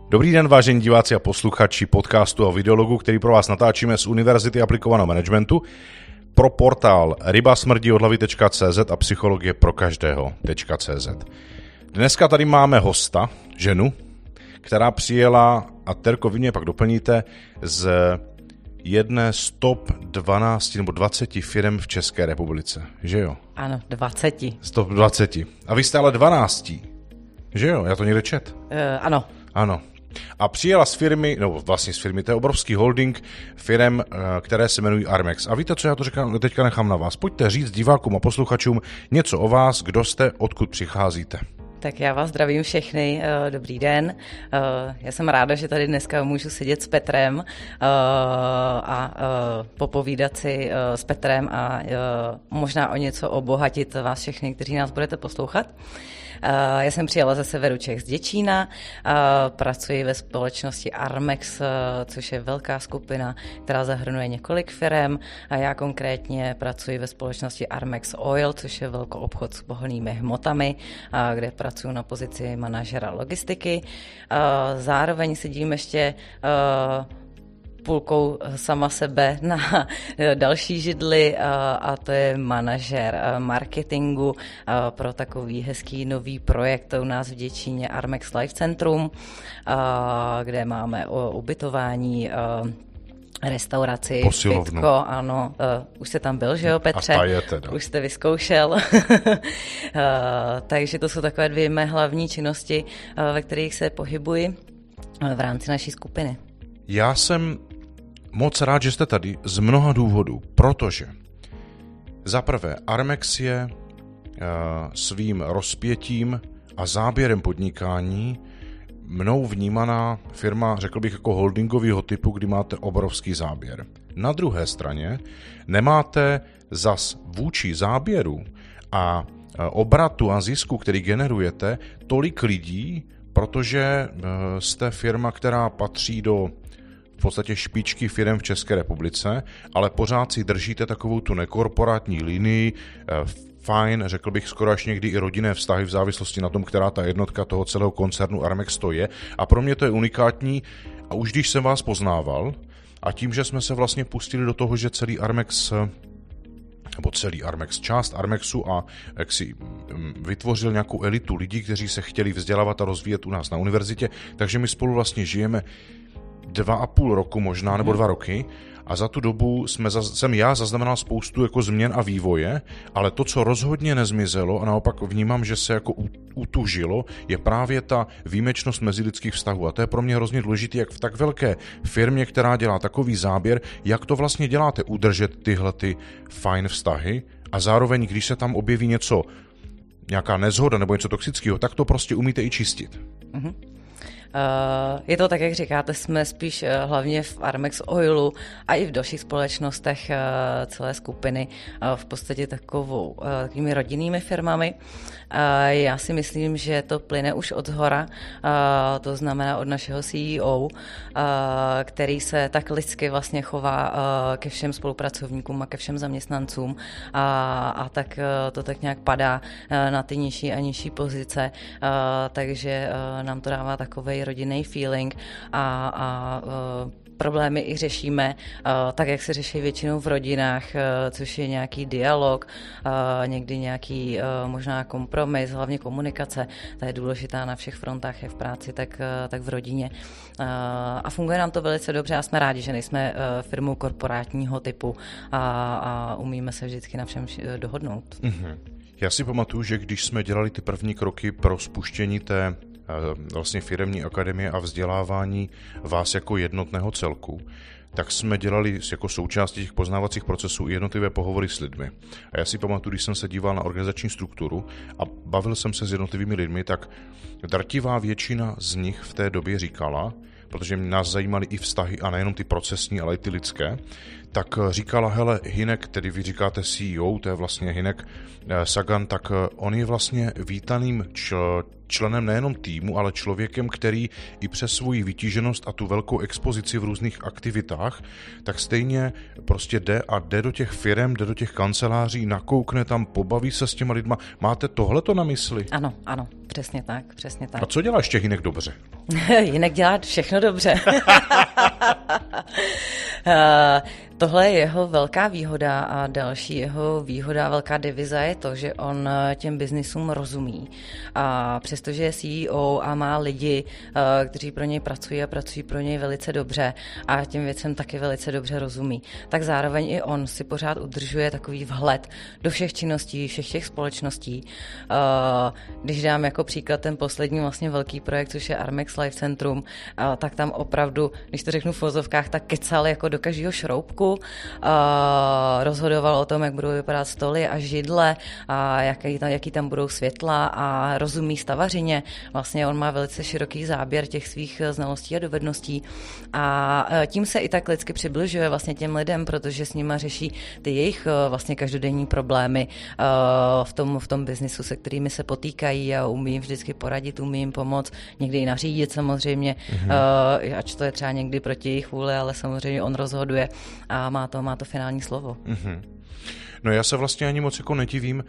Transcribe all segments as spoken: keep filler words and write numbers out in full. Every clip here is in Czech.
Dobrý den, vážení diváci a posluchači podcastu a videologu, který pro vás natáčíme z Univerzity aplikovaného managementu pro portál ryba smrdí od hlavy tečka cé zet a psychologie pro každého tečka cé zet. Dneska tady máme hosta, ženu, která přijela, a Terko, vy mě pak doplníte, z jedné z top dvanácti nebo dvaceti firem v České republice, že jo? Ano, dvaceti. Z top dvaceti. A vy jste ale dvanáctí, že jo? Já to někde čet. Uh, ano. Ano. A přijela z firmy, nebo vlastně z firmy, to je obrovský holding firem, které se jmenují Armex. A víte, co já to říkám, teďka nechám na vás. Pojďte říct divákům a posluchačům něco o vás, kdo jste, odkud přicházíte. Tak já vás zdravím všechny, dobrý den. Já jsem ráda, že tady dneska můžu sedět s Petrem a popovídat si s Petrem a možná o něco obohatit vás všechny, kteří nás budete poslouchat. Já jsem přijela ze severu Čech z Děčína, pracuji ve společnosti Armex, což je velká skupina, která zahrnuje několik firem, a já konkrétně pracuji ve společnosti Armex Oil, což je velký obchod s pohonnými hmotami, kde pracuji na pozici manažera logistiky. Zároveň sedím ještě půlkou sama sebe na další židli, a to je manažer marketingu pro takový hezký nový projekt u nás v Děčíně Armex Life Centrum, kde máme ubytování, restauraci, pitko, ano, uh, už jste tam byl, že jo, Petře? A ta je teda. Už jste vyzkoušel. uh, takže to jsou takové dvě mé hlavní činnosti, uh, ve kterých se pohybuji uh, v rámci naší skupiny. Já jsem moc rád, že jste tady z mnoha důvodů, protože za prvé Armex je uh, svým rozpětím a záběrem podnikání mnou vnímaná firma, řekl bych, jako holdingového typu, kdy máte obrovský záběr. Na druhé straně nemáte zas vůči záběru a obratu a zisku, který generujete, tolik lidí, protože jste firma, která patří do v podstatě špičky firem v České republice, ale pořád si držíte takovou tu nekorporátní linii, fajn, řekl bych skoro až někdy i rodinné vztahy v závislosti na tom, která ta jednotka toho celého koncernu Armex to je. A pro mě to je unikátní. A už když jsem vás poznával a tím, že jsme se vlastně pustili do toho, že celý Armex, nebo celý Armex, část Armexu a jak si vytvořil nějakou elitu lidí, kteří se chtěli vzdělávat a rozvíjet u nás na univerzitě, takže my spolu vlastně žijeme dva a půl roku možná, nebo dva roky, a za tu dobu jsme, jsem já zaznamenal spoustu jako změn a vývoje, ale to, co rozhodně nezmizelo a naopak vnímám, že se jako utužilo, je právě ta výjimečnost mezilidských vztahů. A to je pro mě hrozně důležité, jak v tak velké firmě, která dělá takový záběr, jak to vlastně děláte, udržet tyhle ty fajn vztahy, a zároveň, když se tam objeví něco, nějaká nezhoda nebo něco toxického, tak to prostě umíte i čistit. Mm-hmm. Uh, je to tak, jak říkáte, jsme spíš uh, hlavně v Armex Oilu a i v dalších společnostech uh, celé skupiny uh, v podstatě takovou, uh, takovými rodinnými firmami. Uh, já si myslím, že to plyne už od zhora, uh, to znamená od našeho C E O, uh, který se tak lidsky vlastně chová uh, ke všem spolupracovníkům a ke všem zaměstnancům, a, a tak uh, to tak nějak padá uh, na ty nižší a nižší pozice, uh, takže uh, nám to dává takovej rodinný feeling a, a uh, problémy i řešíme uh, tak, jak se řeší většinou v rodinách, uh, což je nějaký dialog, uh, někdy nějaký uh, možná kompromis, hlavně komunikace. Ta je důležitá na všech frontách, jak v práci, tak, uh, tak v rodině. Uh, a funguje nám to velice dobře a jsme rádi, že nejsme uh, firmou korporátního typu a, a umíme se vždycky na všem dohodnout. Mm-hmm. Já si pamatuju, že když jsme dělali ty první kroky pro spuštění té vlastně firemní akademie a vzdělávání vás jako jednotného celku, tak jsme dělali jako součástí těch poznávacích procesů i jednotlivé pohovory s lidmi. A já si pamatuju, když jsem se díval na organizační strukturu a bavil jsem se s jednotlivými lidmi, tak drtivá většina z nich v té době říkala, protože nás zajímaly i vztahy a nejenom ty procesní, ale i ty lidské, tak říkala, hele, Hynek, tedy vy říkáte C E O, to je vlastně Hynek Sagan, tak on je vlastně vítaným čl- členem nejenom týmu, ale člověkem, který i přes svoji vytíženost a tu velkou expozici v různých aktivitách, tak stejně prostě jde a jde do těch firem, jde do těch kanceláří, nakoukne tam, pobaví se s těma lidma. Máte tohleto na mysli? Ano, ano. Přesně tak, přesně tak. A co dělá ještě Hynek dobře? Hynek dělá všechno dobře. Tohle je jeho velká výhoda a další jeho výhoda, velká deviza je to, že on těm biznisům rozumí. A přestože je C E O a má lidi, kteří pro něj pracují a pracují pro něj velice dobře a těm věcem taky velice dobře rozumí, tak zároveň i on si pořád udržuje takový vhled do všech činností, všech těch společností. Když dám jako příklad ten poslední vlastně velký projekt, což je Armex Life Centrum, tak tam opravdu, když to řeknu v vozovkách, tak kecal jako do každého šroubku, rozhodoval o tom, jak budou vypadat stoly a židle, a jaký tam, jaký tam budou světla a rozumí stavařině. Vlastně on má velice široký záběr těch svých znalostí a dovedností a tím se i tak lidsky přibližuje vlastně těm lidem, protože s nima řeší ty jejich vlastně každodenní problémy v tom, v tom biznisu, se kterými se potýkají a umí jim vždycky poradit, umí jim pomoct, někdy i nařídit samozřejmě, mm-hmm. ač to je třeba někdy proti jejich vůli, ale samozřejmě on rozhoduje a má to, má to finální slovo. Mm-hmm. No já se vlastně ani moc jako nedivím,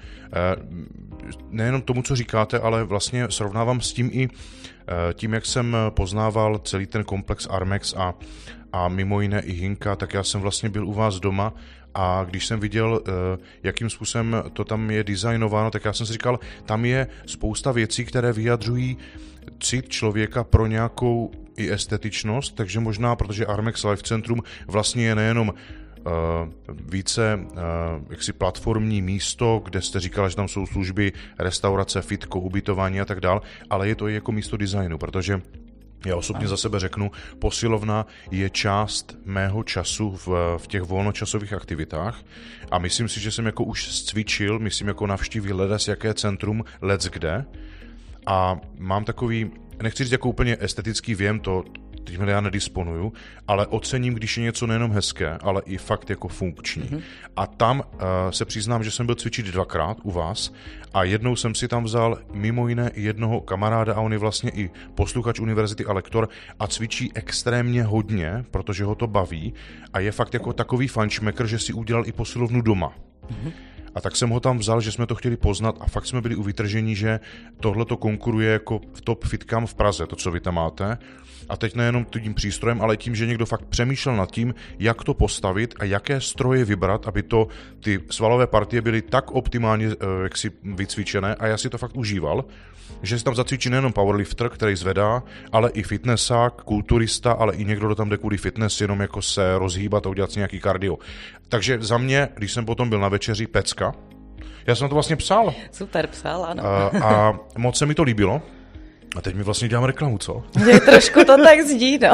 nejenom tomu, co říkáte, ale vlastně srovnávám s tím i tím, jak jsem poznával celý ten komplex Armex a, a mimo jiné i Hynka, tak já jsem vlastně byl u vás doma a když jsem viděl, jakým způsobem to tam je designováno, tak já jsem si říkal, tam je spousta věcí, které vyjadřují cit člověka pro nějakou i estetičnost, takže možná, protože Armex Life Centrum vlastně je nejenom Uh, více uh, jaksi platformní místo, kde jste říkala, že tam jsou služby, restaurace, fitko, ubytování a tak dál, ale je to i jako místo designu, protože já osobně za sebe řeknu, posilovna je část mého času v, v těch volnočasových aktivitách a myslím si, že jsem jako už cvičil, myslím jako navštívil ledas jaké centrum, lec kde a mám takový, nechci říct jako úplně estetický věm, to tímhle já nedisponuju, ale ocením, když je něco nejenom hezké, ale i fakt jako funkční. Mm-hmm. A tam uh, se přiznám, že jsem byl cvičit dvakrát u vás a jednou jsem si tam vzal mimo jiné jednoho kamaráda a on je vlastně i posluchač univerzity a lektor a cvičí extrémně hodně, protože ho to baví a je fakt jako takový fančmekr, že si udělal i posilovnu doma. Mm-hmm. A tak jsem ho tam vzal, že jsme to chtěli poznat a fakt jsme byli u vytržení, že tohle to konkuruje jako v top fitkám v Praze, to, co vy tam máte. A teď nejenom tím přístrojem, ale tím, že někdo fakt přemýšlel nad tím, jak to postavit a jaké stroje vybrat, aby to ty svalové partie byly tak optimálně jaksi vycvičené a já si to fakt užíval, že si tam zacvičí nejenom powerlifter, který zvedá, ale i fitnessák, kulturista, ale i někdo, kdo tam jde kvůli fitness, jenom jako se rozhýbat a udělat si nějaký kardio. Takže za mě, když jsem potom byl na večeři, pecka, já jsem to vlastně psal. Super, psal, ano. A, a moc se mi to líbilo. A teď mi vlastně dělám reklamu, co? Je trošku to tak zdí, no.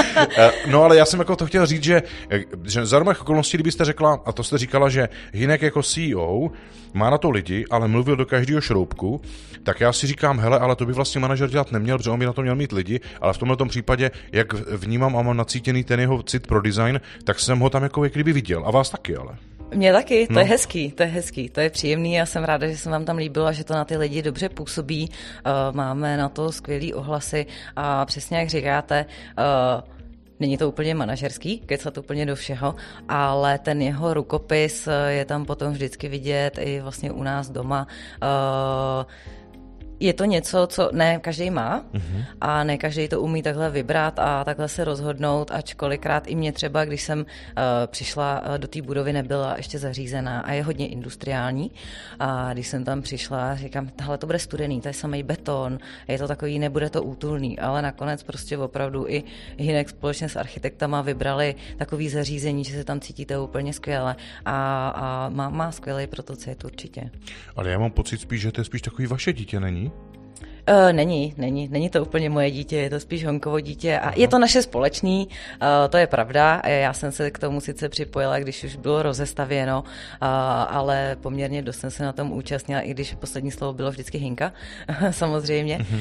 No ale já jsem jako to chtěl říct, že, že za normálních okolností, kdybyste řekla, a to jste říkala, že Hynek jako C E O má na to lidi, ale mluvil do každého šroubku, tak já si říkám, hele, ale to by vlastně manažer dělat neměl, protože on by na to měl mít lidi, ale v tomhle případě, jak vnímám a mám nacítěný ten jeho cit pro design, tak jsem ho tam jako jak kdyby viděl. A vás taky, ale. Mně taky, to no. je hezký, to je hezký, to je příjemný, já jsem ráda, že se vám tam líbilo a že to na ty lidi dobře působí, uh, máme na to skvělý ohlasy a přesně jak říkáte, uh, není to úplně manažerský, kecat úplně do všeho, ale ten jeho rukopis je tam potom vždycky vidět i vlastně u nás doma. Uh, Je to něco, co ne každý má mm-hmm. a ne každý to umí takhle vybrat a takhle se rozhodnout, ač kolikrát i mě třeba, když jsem uh, přišla uh, do té budovy, nebyla ještě zařízená a je hodně industriální. A když jsem tam přišla, říkám, tahle to bude studený, to je samej beton, je to takový, nebude to útulný, ale nakonec prostě opravdu i Hynek společně s architektama vybrali takový zařízení, že se tam cítíte úplně skvěle a, a má, má skvělý protocit určitě. Ale já mám pocit spíš, že to je spíš takový vaše dítě, není? Uh, není, není, není to úplně moje dítě, je to spíš Honkovo dítě a Aha. je to naše společný, uh, to je pravda, já jsem se k tomu sice připojila, když už bylo rozestavěno, uh, ale poměrně dost jsem se na tom účastnila, i když poslední slovo bylo vždycky Hynka, samozřejmě. Uh-huh. Uh,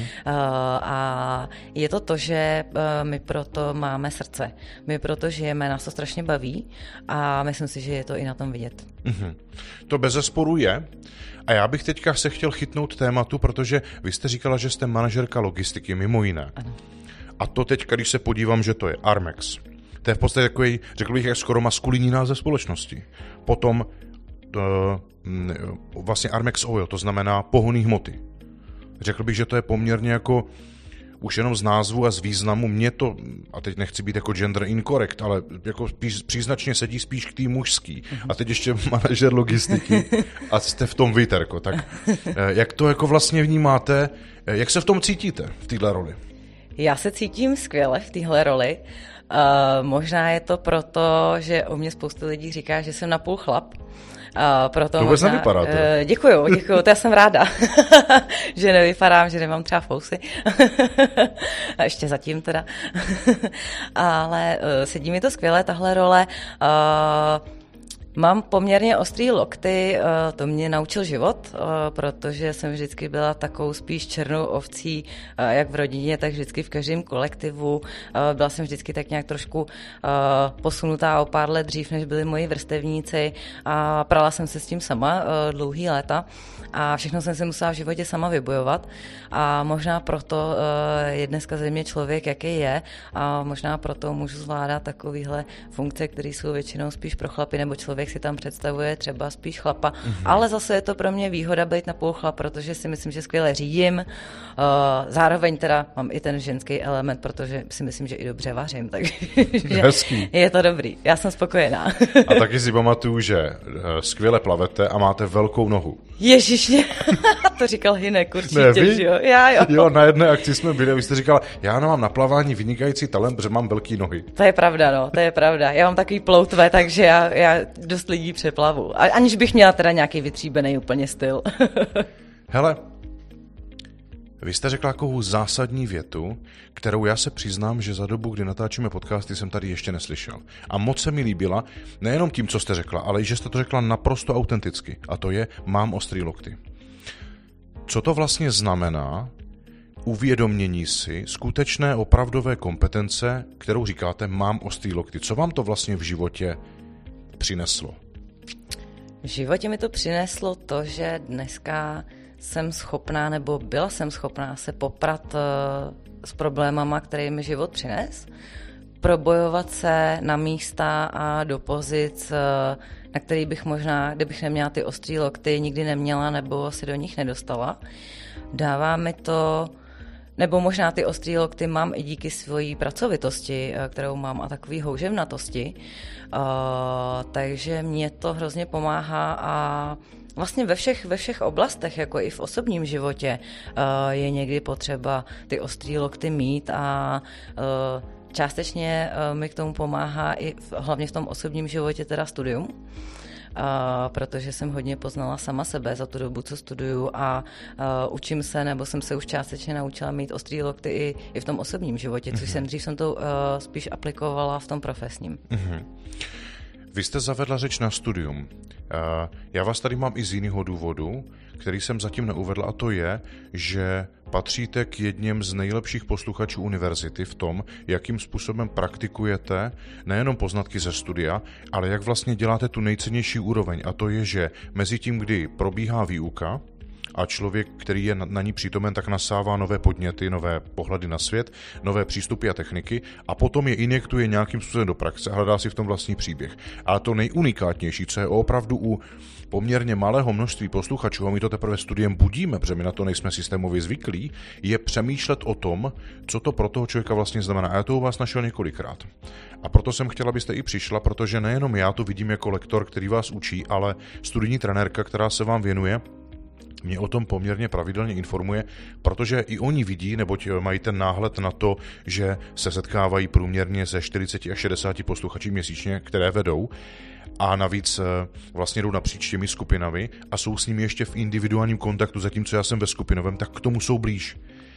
a je to to, že uh, my proto máme srdce, my proto žijeme, nás to strašně baví a myslím si, že je to i na tom vidět. Uh-huh. To bezesporu je. A já bych teďka se chtěl chytnout tématu, protože vy jste říkala, že jste manažerka logistiky, mimo jiné. Ano. A to teďka, když se podívám, že to je Armex. To je v podstatě takový, řekl bych, jak skoro maskulinní název společnosti. Potom uh, vlastně Armex Oil, to znamená pohonné hmoty. Řekl bych, že to je poměrně jako už jenom z názvu a z významu. Mě to, a teď nechci být jako gender incorrect, ale jako spíš, příznačně sedí spíš k tý mužský. A teď ještě manažer logistiky a jste v tom vy, Terko. Tak jak to jako vlastně vnímáte, jak se v tom cítíte v téhle roli? Já se cítím skvěle v téhle roli. Uh, možná je to proto, že o mě spoustu lidí říká, že jsem napůl chlap. Uh, proto to vůbec možná, nevypadá. Uh, děkuju, děkuju, to já jsem ráda, že nevypadám, že nemám třeba fousy. A ještě zatím teda. Ale uh, sedí mi to skvěle, tahle role. Uh, Mám poměrně ostrý lokty, to mě naučil život, protože jsem vždycky byla takovou spíš černou ovcí, jak v rodině, tak vždycky v každém kolektivu. Byla jsem vždycky tak nějak trošku posunutá o pár let dřív, než byli moji vrstevníci a prala jsem se s tím sama dlouhý léta a všechno jsem si musela v životě sama vybojovat a možná proto je dneska ze mě člověk, jaký je a možná proto můžu zvládat takovýhle funkce, které jsou většinou spíš pro chlapy, nebo člověk si tam představuje třeba spíš chlapa, mm-hmm. ale zase je to pro mě výhoda být na půl chlap, protože si myslím, že skvěle řídím, zároveň teda mám i ten ženský element, protože si myslím, že i dobře vařím, takže hezký. Je to dobrý, já jsem spokojená. A taky si pamatuju, že skvěle plavete a máte velkou nohu. Ježišně, to říkal Hynek určitě, ne, vy? že jo? Já jo. Jo, na jedné akci jsme byli a vy jste říkala, já nemám na plavání vynikající talent, protože mám velký nohy. To je pravda, no, to je pravda. Já mám takový ploutve, takže já, já dost lidí přeplavu. A, aniž bych měla teda nějaký vytříbený úplně styl. Hele, vy jste řekla takovou zásadní větu, kterou já se přiznám, že za dobu, kdy natáčíme podcasty, jsem tady ještě neslyšel. A moc se mi líbila, nejenom tím, co jste řekla, ale i že jste to řekla naprosto autenticky. A to je, mám ostrý lokty. Co to vlastně znamená uvědomění si skutečné opravdové kompetence, kterou říkáte, mám ostrý lokty? Co vám to vlastně v životě přineslo? V životě mi to přineslo to, že dneska jsem schopná, nebo byla jsem schopná se poprat uh, s problémama, které mi život přines, probojovat se na místa a do pozic, uh, na který bych možná, kdybych neměla ty ostrý lokty, nikdy neměla nebo se do nich nedostala. Dává mi to, nebo možná ty ostrý lokty mám i díky svojí pracovitosti, kterou mám, a takový houževnatosti. Uh, takže mě to hrozně pomáhá a vlastně ve všech, ve všech oblastech, jako i v osobním životě, uh, je někdy potřeba ty ostrý lokty mít a uh, částečně uh, mi k tomu pomáhá i v, hlavně v tom osobním životě teda studium. Uh, protože jsem hodně poznala sama sebe za tu dobu, co studuju a uh, učím se, nebo jsem se už částečně naučila mít ostrý lokty i, i v tom osobním životě, což mm-hmm. jsem dřív jsem to uh, spíš aplikovala v tom profesním. Mm-hmm. Vy jste zavedla řeč na studium. Uh, já vás tady mám i z jiného důvodu, který jsem zatím neuvedl, a to je, že patříte k jedním z nejlepších posluchačů univerzity v tom, jakým způsobem praktikujete nejenom poznatky ze studia, ale jak vlastně děláte tu nejcennější úroveň, a to je, že mezi tím, kdy probíhá výuka a člověk, který je na ní přítomen, tak nasává nové podněty, nové pohledy na svět, nové přístupy a techniky a potom je injektuje nějakým způsobem do praxe a hledá si v tom vlastní příběh. Ale to nejunikátnější, co je opravdu u poměrně malého množství posluchačů, a my to teprve studiem budíme, protože my na to nejsme systémově zvyklí, je přemýšlet o tom, co to pro toho člověka vlastně znamená. A já to u vás našel několikrát. A proto jsem chtěla, abyste i přišla, protože nejenom já to vidím jako lektor, který vás učí, ale studijní trenérka, která se vám věnuje, mě o tom poměrně pravidelně informuje, protože i oni vidí, neboť mají ten náhled na to, že se setkávají průměrně ze čtyřicet až šedesát posluchačů měsíčně, které vedou, a navíc vlastně jdou napříč těmi skupinami a jsou s nimi ještě v individuálním kontaktu, zatímco já jsem ve skupinovém, tak k tomu jsou blíž.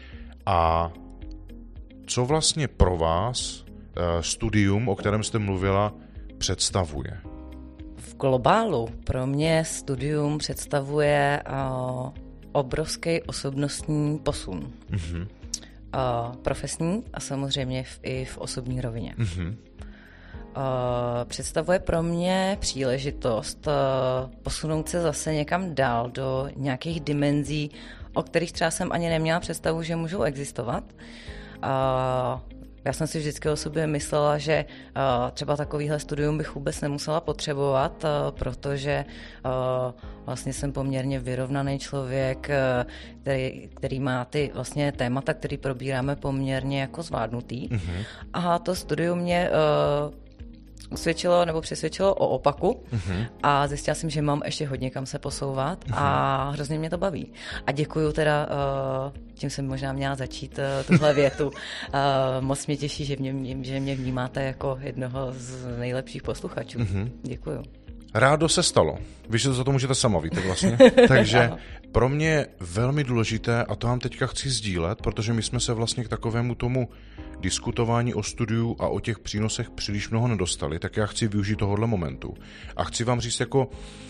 A co vlastně pro vás studium, o kterém jste mluvila, představuje? V globálu pro mě studium představuje uh, obrovský osobnostní posun. Mm-hmm. Uh, profesní a samozřejmě v, i v osobní rovině. Mm-hmm. Uh, představuje pro mě příležitost uh, posunout se zase někam dál do nějakých dimenzí, o kterých třeba jsem ani neměla představu, že můžou existovat. Uh, já jsem si vždycky o sobě myslela, že uh, třeba takovýhle studium bych vůbec nemusela potřebovat, uh, protože uh, vlastně jsem poměrně vyrovnaný člověk, uh, který, který má ty vlastně témata, který probíráme poměrně jako zvládnutý. Mm-hmm. A to studium mě uh, usvědčilo nebo přesvědčilo o opaku uh-huh. a zjistila jsem, že mám ještě hodně kam se posouvat uh-huh. a hrozně mě to baví. A děkuju teda, uh, tím jsem možná měla začít uh, tuhle větu. Uh, moc mě těší, že mě, že mě vnímáte jako jednoho z nejlepších posluchačů. Uh-huh. Děkuju. Rádo se stalo. Vy si to za to můžete sama, víte vlastně. Takže pro mě je velmi důležité, a to vám teďka chci sdílet, protože my jsme se vlastně k takovému tomu diskutování o studiu a o těch přínosech příliš mnoho nedostali, tak já chci využít tohohle momentu. A chci vám říct, jako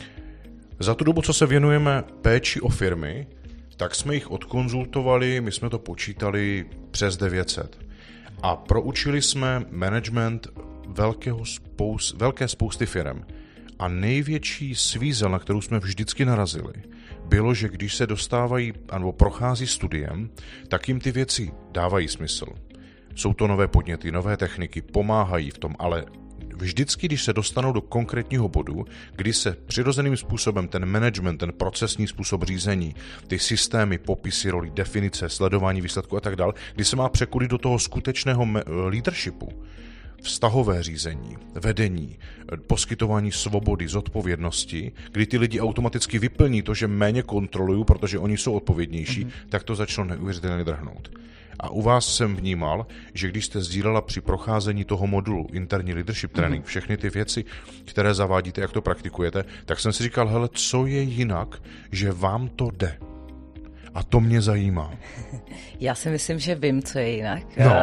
za tu dobu, co se věnujeme péči o firmy, tak jsme jich odkonzultovali, my jsme to počítali přes devět set. A proučili jsme management velkého spous, velké spousty firm. A největší svízel, na kterou jsme vždycky narazili, bylo, že když se dostávají nebo prochází studiem, tak jim ty věci dávají smysl. Jsou to nové podněty, nové techniky, pomáhají v tom, ale vždycky, když se dostanou do konkrétního bodu, kdy se přirozeným způsobem ten management, ten procesní způsob řízení, ty systémy, popisy rolí, definice, sledování výsledků a tak dále, kdy se má překulit do toho skutečného leadershipu, vztahové řízení, vedení, poskytování svobody, zodpovědnosti, kdy ty lidi automaticky vyplní to, že méně kontrolují, protože oni jsou odpovědnější, mm-hmm. tak to začalo neuvěřitelně drhnout. A u vás jsem vnímal, že když jste sdílela při procházení toho modulu interní leadership training, mm-hmm. všechny ty věci, které zavádíte, jak to praktikujete, tak jsem si říkal, hele, co je jinak, že vám to jde. A to mě zajímá. Já si myslím, že vím, co je jinak. No.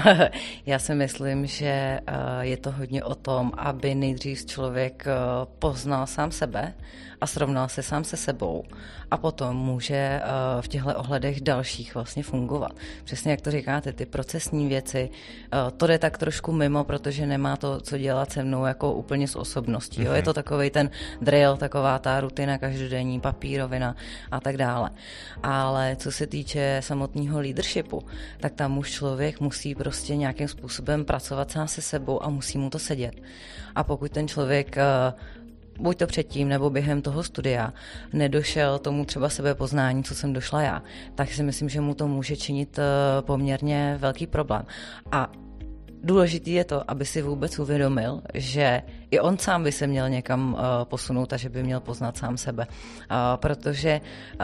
Já si myslím, že je to hodně o tom, aby nejdřív člověk poznal sám sebe a srovnal se sám se sebou. A potom může v těchto ohledech dalších vlastně fungovat. Přesně jak to říkáte, ty procesní věci, to jde tak trošku mimo, protože nemá to, co dělat se mnou jako úplně s osobností. Jo? Je to takovej ten drill, taková ta rutina každodenní, papírovina a tak dále. Ale co se týče samotného leadershipu, tak tam už člověk musí prostě nějakým způsobem pracovat sám se sebou a musí mu to sedět. A pokud ten člověk buď to předtím nebo během toho studia nedošel tomu třeba sebepoznání, co jsem došla já, tak si myslím, že mu to může činit poměrně velký problém. A důležitý je to, aby si vůbec uvědomil, že i on sám by se měl někam posunout a že by měl poznat sám sebe. Protože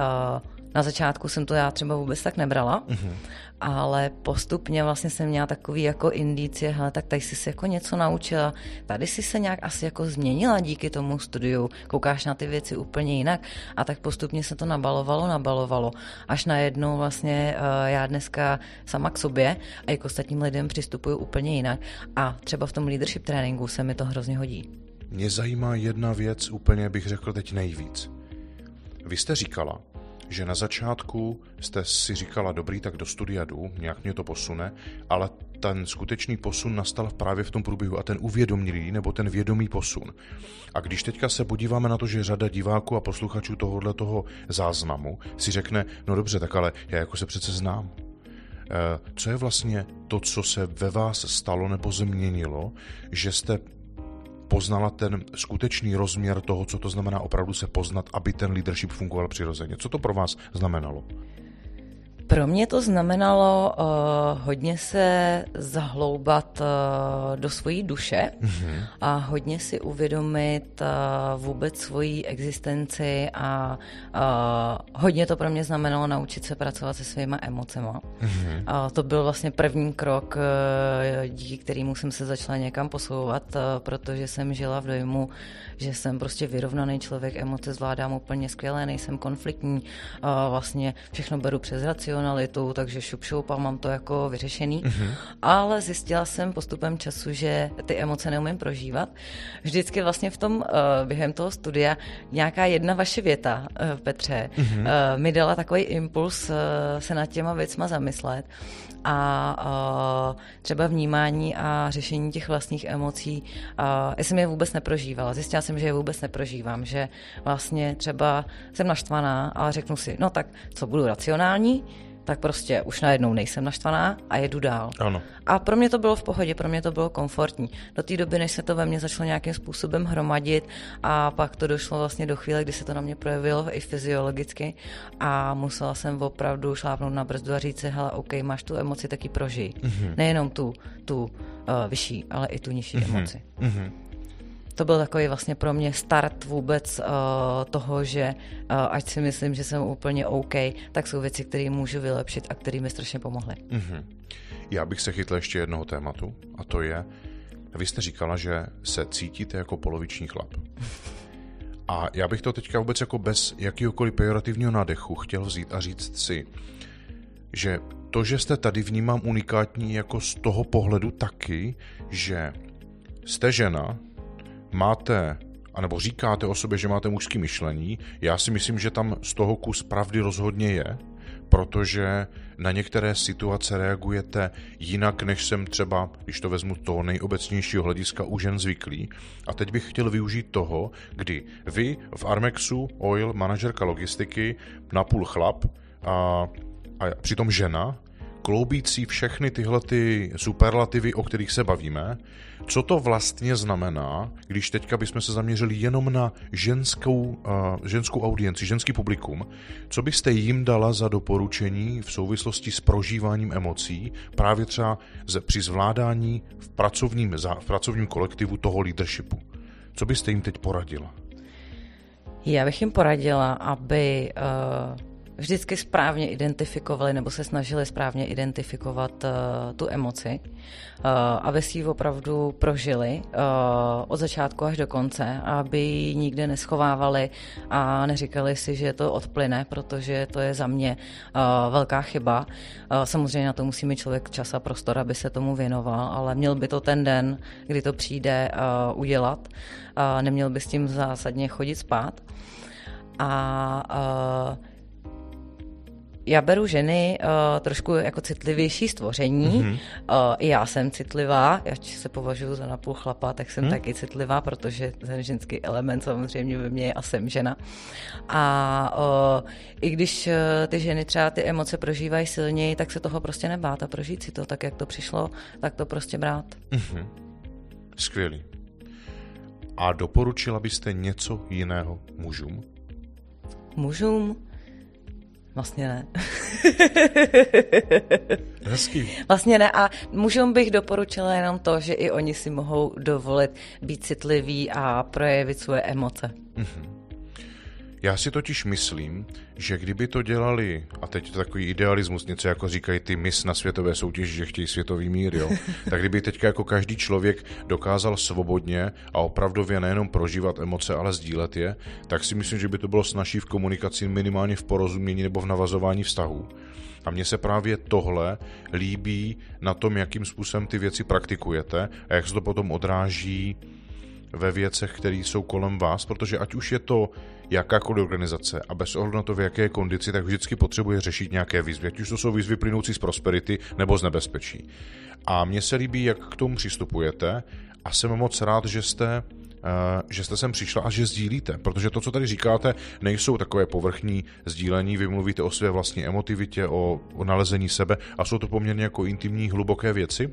na začátku jsem to já třeba vůbec tak nebrala, mm-hmm. ale postupně vlastně jsem měla takový jako indicie, hele, tak tady jsi se jako něco naučila, tady jsi se nějak asi jako změnila díky tomu studiu, koukáš na ty věci úplně jinak a tak postupně se to nabalovalo, nabalovalo, až najednou vlastně uh, já dneska sama k sobě a i k ostatním lidem přistupuju úplně jinak a třeba v tom leadership tréninku se mi to hrozně hodí. Mě zajímá jedna věc, úplně bych řekl teď nejvíc. Vy jste říkala, že na začátku jste si říkala, dobrý, tak do studia jdu, nějak mě to posune, ale ten skutečný posun nastal právě v tom průběhu a ten uvědomilý nebo ten vědomý posun. A když teďka se podíváme na to, že řada diváků a posluchačů tohohle toho záznamu si řekne, no dobře, tak ale já jako se přece znám. Co je vlastně to, co se ve vás stalo nebo změnilo, že jste poznala ten skutečný rozměr toho, co to znamená opravdu se poznat, aby ten leadership fungoval přirozeně. Co to pro vás znamenalo? Pro mě to znamenalo uh, hodně se zahloubat uh, do svojí duše mm-hmm. a hodně si uvědomit uh, vůbec svoji existenci a uh, hodně to pro mě znamenalo naučit se pracovat se svýma emocema. Mm-hmm. Uh, to byl vlastně první krok, uh, díky kterému jsem se začala někam posouvat, uh, protože jsem žila v dojmu, že jsem prostě vyrovnaný člověk, emoce zvládám úplně skvěle, nejsem konfliktní, uh, vlastně všechno beru přes racionalitu, takže šup šup a mám to jako vyřešený. Mm-hmm. Ale zjistila jsem postupem času, že ty emoce neumím prožívat. Vždycky vlastně v tom, uh, během toho studia nějaká jedna vaše věta, uh, Petře, mm-hmm. uh, mi dala takový impuls uh, se nad těma věcma zamyslet a uh, třeba vnímání a řešení těch vlastních emocí, uh, já jsem je vůbec neprožívala. Zjistila jsem, že je vůbec neprožívám, že vlastně třeba jsem naštvaná a řeknu si, no tak co, budu racionální, tak prostě už najednou nejsem naštvaná a jedu dál. Ano. A pro mě to bylo v pohodě, pro mě to bylo komfortní. Do té doby, než se to ve mně začalo nějakým způsobem hromadit a pak to došlo vlastně do chvíle, kdy se to na mě projevilo i fyziologicky a musela jsem opravdu šlápnout na brzdu a říct si, hele, OK, máš tu emoci, taky prožij. Mm-hmm. Nejenom tu, tu uh, vyšší, ale i tu nižší mm-hmm. emoci. Mm-hmm. To byl takový vlastně pro mě start vůbec uh, toho, že uh, ať si myslím, že jsem úplně OK, tak jsou věci, které můžu vylepšit a které mi strašně pomohly. Mm-hmm. Já bych se chytl ještě jednoho tématu a to je, vy jste říkala, že se cítíte jako poloviční chlap. A já bych to teďka vůbec jako bez jakýhokoliv pejorativního nádechu chtěl vzít a říct si, že to, že jste tady, vnímám unikátní jako z toho pohledu taky, že jste žena, máte, anebo říkáte o sobě, že máte mužské myšlení, já si myslím, že tam z toho kus pravdy rozhodně je, protože na některé situace reagujete jinak, než jsem třeba, když to vezmu toho nejobecnějšího hlediska, u žen zvyklý. A teď bych chtěl využít toho, kdy vy v Armexu Oil, manažerka logistiky, napůl chlap a, a přitom žena, kloubící všechny tyhle ty superlativy, o kterých se bavíme, co to vlastně znamená, když teďka bychom se zaměřili jenom na ženskou, uh, ženskou audienci, ženský publikum, co byste jim dala za doporučení v souvislosti s prožíváním emocí, právě třeba při zvládání v pracovním, v pracovním kolektivu toho leadershipu. Co byste jim teď poradila? Já bych jim poradila, aby uh... vždycky správně identifikovali nebo se snažili správně identifikovat uh, tu emoci, uh, aby si ji opravdu prožili uh, od začátku až do konce, aby ji nikde neschovávali a neříkali si, že to odplyne, protože to je za mě uh, velká chyba. Uh, samozřejmě na to musí mít člověk čas a prostor, aby se tomu věnoval, ale měl by to ten den, kdy to přijde, uh, udělat. Uh, neměl by s tím zásadně chodit spát. A uh, já beru ženy uh, trošku jako citlivější stvoření. Mm-hmm. Uh, já jsem citlivá, já se považuji za napůl chlapa, tak jsem mm. taky citlivá, protože ten ženský element samozřejmě ve mně je a jsem žena. A uh, i když uh, ty ženy třeba ty emoce prožívají silněji, tak se toho prostě nebát a prožít si to tak, jak to přišlo, tak to prostě brát. Mm-hmm. Skvělý. A doporučila byste něco jiného mužům? Mužům? Vlastně ne. Hezký. Vlastně ne a mužům bych doporučila jenom to, že i oni si mohou dovolit být citliví a projevit svoje emoce. Mm-hmm. Já si totiž myslím, že kdyby to dělali, a teď to takový idealismus, něco jako říkají ty mis na světové soutěži, že chtějí světový mír, jo, tak kdyby teďka jako každý člověk dokázal svobodně a opravdově nejenom prožívat emoce, ale sdílet je, tak si myslím, že by to bylo snazší v komunikaci, minimálně v porozumění nebo v navazování vztahů. A mně se právě tohle líbí na tom, jakým způsobem ty věci praktikujete a jak se to potom odráží ve věcech, které jsou kolem vás, protože ať už je to jakákoliv organizace a bez ohledu na to, v jaké kondici, tak vždycky potřebuje řešit nějaké výzvy, ať už to jsou výzvy plynoucí z prosperity nebo z nebezpečí. A mně se líbí, jak k tomu přistupujete a jsem moc rád, že jste, uh, že jste sem přišla a že sdílíte, protože to, co tady říkáte, nejsou takové povrchní sdílení, vy mluvíte o své vlastní emotivitě, o, o nalezení sebe a jsou to poměrně jako intimní, hluboké věci.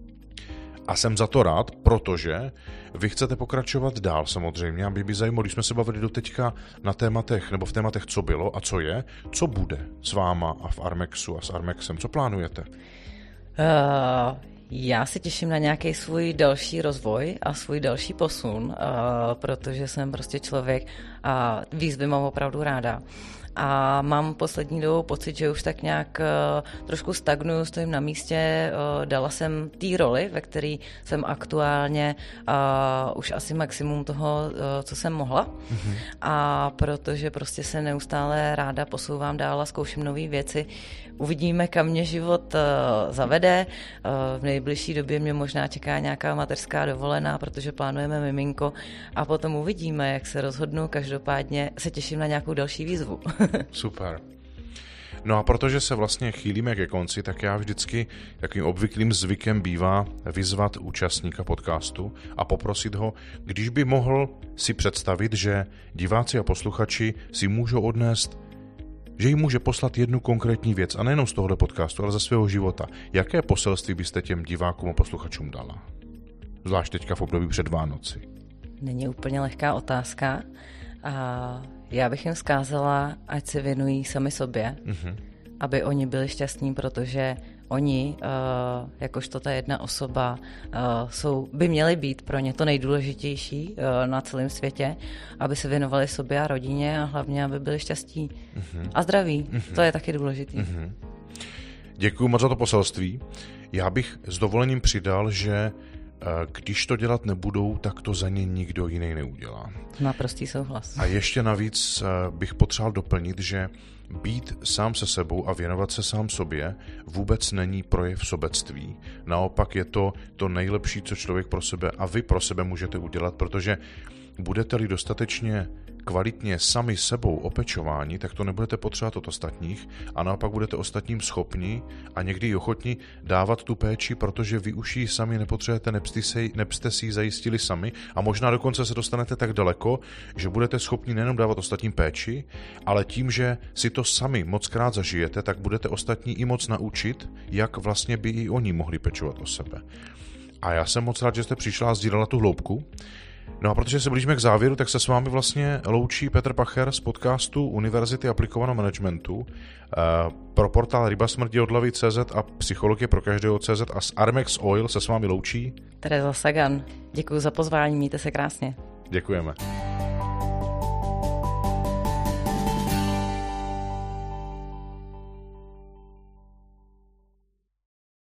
A jsem za to rád, protože vy chcete pokračovat dál samozřejmě a mě by zajímalo, když jsme se bavili doteďka na tématech, nebo v tématech, co bylo a co je, co bude s váma a v Armexu a s Armexem, co plánujete? Uh, já se těším na nějaký svůj další rozvoj a svůj další posun, uh, protože jsem prostě člověk a výzvy mám opravdu ráda. A mám poslední dobou pocit, že už tak nějak uh, trošku stagnuju, stojím na místě, uh, dala jsem té roli, ve které jsem aktuálně uh, už asi maximum toho, uh, co jsem mohla. Mm-hmm. A protože prostě se neustále ráda posouvám dál a zkouším nové věci. Uvidíme, kam mě život uh, zavede. Uh, v nejbližší době mě možná čeká nějaká mateřská dovolená, protože plánujeme miminko a potom uvidíme, jak se rozhodnu. Každopádně se těším na nějakou další výzvu. Super. No a protože se vlastně chýlíme ke konci, tak já vždycky takovým obvyklým zvykem bývá vyzvat účastníka podcastu a poprosit ho, když by mohl si představit, že diváci a posluchači si můžou odnést že jí může poslat jednu konkrétní věc, a nejenom z tohohle podcastu, ale ze svého života, jaké poselství byste těm divákům a posluchačům dala? Zvlášť teďka v období před Vánoci. Není úplně lehká otázka. A já bych jim vzkázala, ať se věnují sami sobě, mm-hmm. aby oni byli šťastní, protože oni, uh, jakožto ta jedna osoba, uh, jsou, by měli být pro ně to nejdůležitější uh, na celém světě, aby se věnovali sobě a rodině a hlavně, aby byli šťastní mm-hmm. a zdraví. Mm-hmm. To je taky důležitý. Mm-hmm. Děkuji moc za to poselství. Já bych s dovolením přidal, že když to dělat nebudou, tak to za ně nikdo jiný neudělá. Naprostý souhlas. A ještě navíc bych potřeboval doplnit, že být sám se sebou a věnovat se sám sobě vůbec není projev sobectví. Naopak je to to nejlepší, co člověk pro sebe a vy pro sebe můžete udělat, protože budete-li dostatečně kvalitně sami sebou opečováni, tak to nebudete potřebovat od ostatních a naopak budete ostatním schopni a někdy i ochotni dávat tu péči, protože vy už ji sami nepotřebujete, nebste si ji zajistili sami a možná dokonce se dostanete tak daleko, že budete schopni nejenom dávat ostatním péči, ale tím, že si to sami mockrát zažijete, tak budete ostatní i moc naučit, jak vlastně by i oni mohli pečovat o sebe. A já jsem moc rád, že jste přišla a sdílela tu hloubku. No a protože se blížíme k závěru, tak se s vámi vlastně loučí Petr Pacher z podcastu Univerzity aplikovaného managementu pro portál ryba smrti od hlavy tečka cé zet a psychologie pro každého tečka cé zet a s Armex Oil se s vámi loučí Tereza Sagan. Děkuji za pozvání, mějte se krásně. Děkujeme.